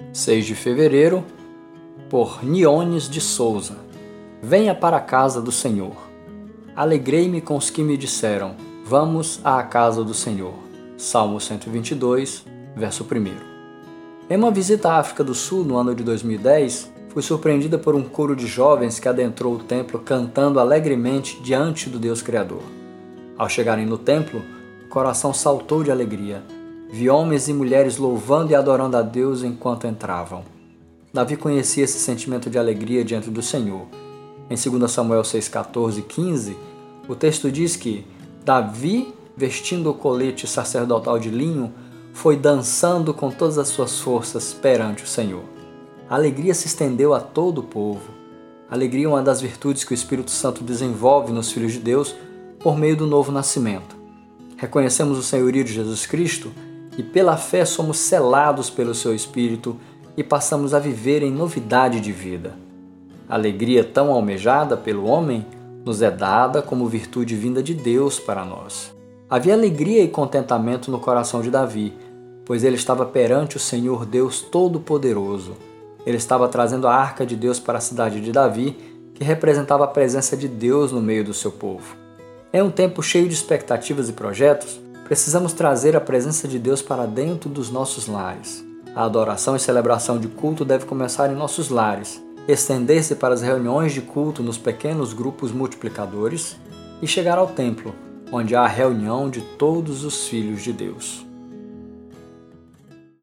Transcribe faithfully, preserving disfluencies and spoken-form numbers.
seis de fevereiro, por Niones de Souza. Venha para a casa do Senhor. Alegrei-me com os que me disseram, vamos à casa do Senhor. Salmo cento e vinte e dois, verso primeiro. Em uma visita à África do Sul no ano de dois mil e dez, fui surpreendida por um coro de jovens que adentrou o templo cantando alegremente diante do Deus Criador. Ao chegarem no templo, o coração saltou de alegria. Vi homens e mulheres louvando e adorando a Deus enquanto entravam. Davi conhecia esse sentimento de alegria diante do Senhor. Em dois Samuel seis, quatorze e quinze, o texto diz que Davi, vestindo o colete sacerdotal de linho, foi dançando com todas as suas forças perante o Senhor. A alegria se estendeu a todo o povo. A alegria é uma das virtudes que o Espírito Santo desenvolve nos filhos de Deus por meio do novo nascimento. Reconhecemos o senhorio de Jesus Cristo e pela fé somos selados pelo seu Espírito e passamos a viver em novidade de vida. A alegria tão almejada pelo homem nos é dada como virtude vinda de Deus para nós. Havia alegria e contentamento no coração de Davi, pois ele estava perante o Senhor Deus Todo-Poderoso. Ele estava trazendo a arca de Deus para a cidade de Davi, que representava a presença de Deus no meio do seu povo. Em um tempo cheio de expectativas e projetos, precisamos trazer a presença de Deus para dentro dos nossos lares. A adoração e celebração de culto deve começar em nossos lares, estender-se para as reuniões de culto nos pequenos grupos multiplicadores e chegar ao templo, onde há a reunião de todos os filhos de Deus.